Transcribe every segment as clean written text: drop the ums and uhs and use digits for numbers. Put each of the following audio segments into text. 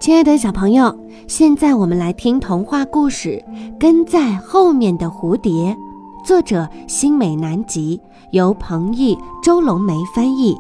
亲爱的小朋友，现在我们来听童话故事《跟在后面的蝴蝶》，作者新美南吉，由彭毅、周龙梅翻译。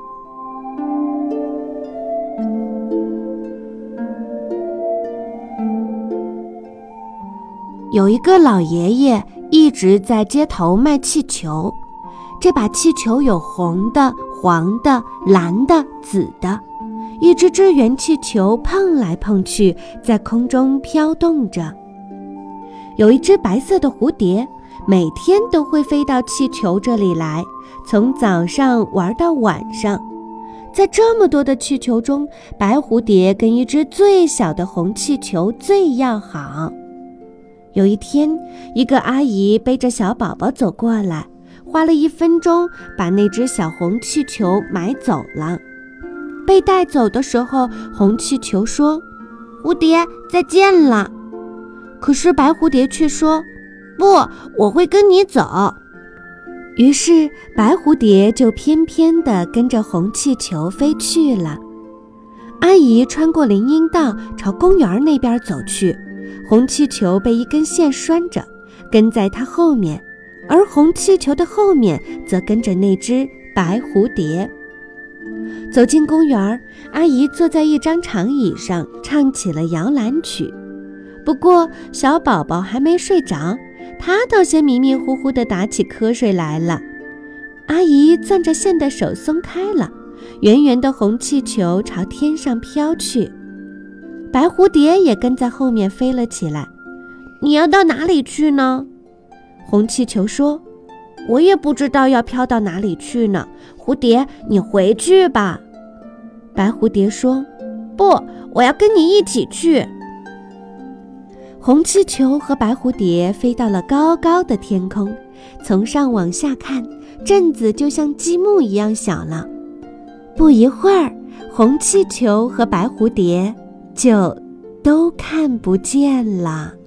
有一个老爷爷一直在街头卖气球，这把气球有红的、黄的、蓝的、紫的，一只只圆气球碰来碰去，在空中飘动着。有一只白色的蝴蝶，每天都会飞到气球这里来，从早上玩到晚上。在这么多的气球中，白蝴蝶跟一只最小的红气球最要好。有一天，一个阿姨背着小宝宝走过来，花了1分钟把那只小红气球买走了。被带走的时候，红气球说：“蝴蝶，再见了。”可是白蝴蝶却说：“不，我会跟你走。”于是白蝴蝶就偏偏地跟着红气球飞去了。阿姨穿过林荫道，朝公园那边走去。红气球被一根线拴着，跟在它后面，而红气球的后面则跟着那只白蝴蝶。走进公园，阿姨坐在一张长椅上，唱起了摇篮曲。不过小宝宝还没睡着，他倒先迷迷糊糊地打起瞌睡来了。阿姨攥着线的手松开了，圆圆的红气球朝天上飘去。白蝴蝶也跟在后面飞了起来。你要到哪里去呢？红气球说：“我也不知道要飘到哪里去呢。蝴蝶，你回去吧。”白蝴蝶说：“不，我要跟你一起去。”红气球和白蝴蝶飞到了高高的天空，从上往下看，镇子就像积木一样小了。不一会儿，红气球和白蝴蝶就都看不见了。